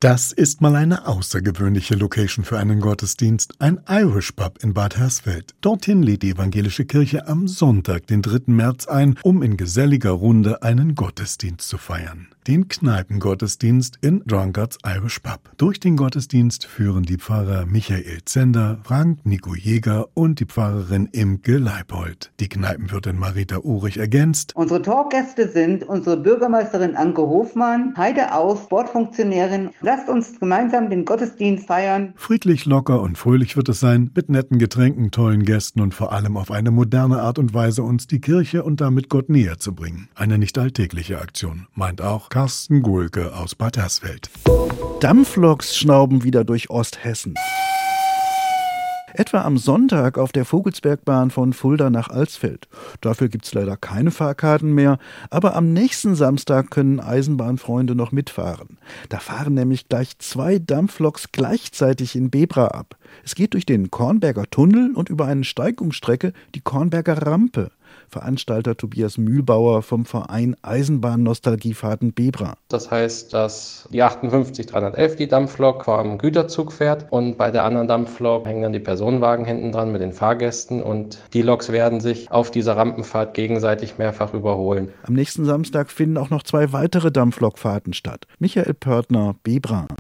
Das ist mal eine außergewöhnliche Location für einen Gottesdienst, ein Irish Pub in Bad Hersfeld. Dorthin lädt die evangelische Kirche am Sonntag, den 3. März ein, um in geselliger Runde einen Gottesdienst zu feiern. Den Kneipengottesdienst in Drunkards Irish Pub. Durch den Gottesdienst führen die Pfarrer Michael Zender, Frank Nico Jäger und die Pfarrerin Imke Leibold. Die Kneipenwirtin Marita Uhrig ergänzt: Unsere Talkgäste sind unsere Bürgermeisterin Anke Hofmann, Heide Aus, Sportfunktionärin. Lasst uns gemeinsam den Gottesdienst feiern. Friedlich, locker und fröhlich wird es sein, mit netten Getränken, tollen Gästen und vor allem auf eine moderne Art und Weise uns die Kirche und damit Gott näher zu bringen. Eine nicht alltägliche Aktion, meint auch Carsten Gohlke aus Bad Hersfeld. Dampfloks schnauben wieder durch Osthessen. Etwa am Sonntag auf der Vogelsbergbahn von Fulda nach Alsfeld. Dafür gibt's leider keine Fahrkarten mehr, aber am nächsten Samstag können Eisenbahnfreunde noch mitfahren. Da fahren nämlich gleich 2 Dampfloks gleichzeitig in Bebra ab. Es geht durch den Kornberger Tunnel und über eine Steigungsstrecke, die Kornberger Rampe. Veranstalter Tobias Mühlbauer vom Verein Eisenbahn-Nostalgiefahrten Bebra. Das heißt, dass die 58311, die Dampflok, vor einem Güterzug fährt und bei der anderen Dampflok hängen dann die Personenwagen hinten dran mit den Fahrgästen und die Loks werden sich auf dieser Rampenfahrt gegenseitig mehrfach überholen. Am nächsten Samstag finden auch noch 2 weitere Dampflokfahrten statt. Michael Pörtner, Bebra.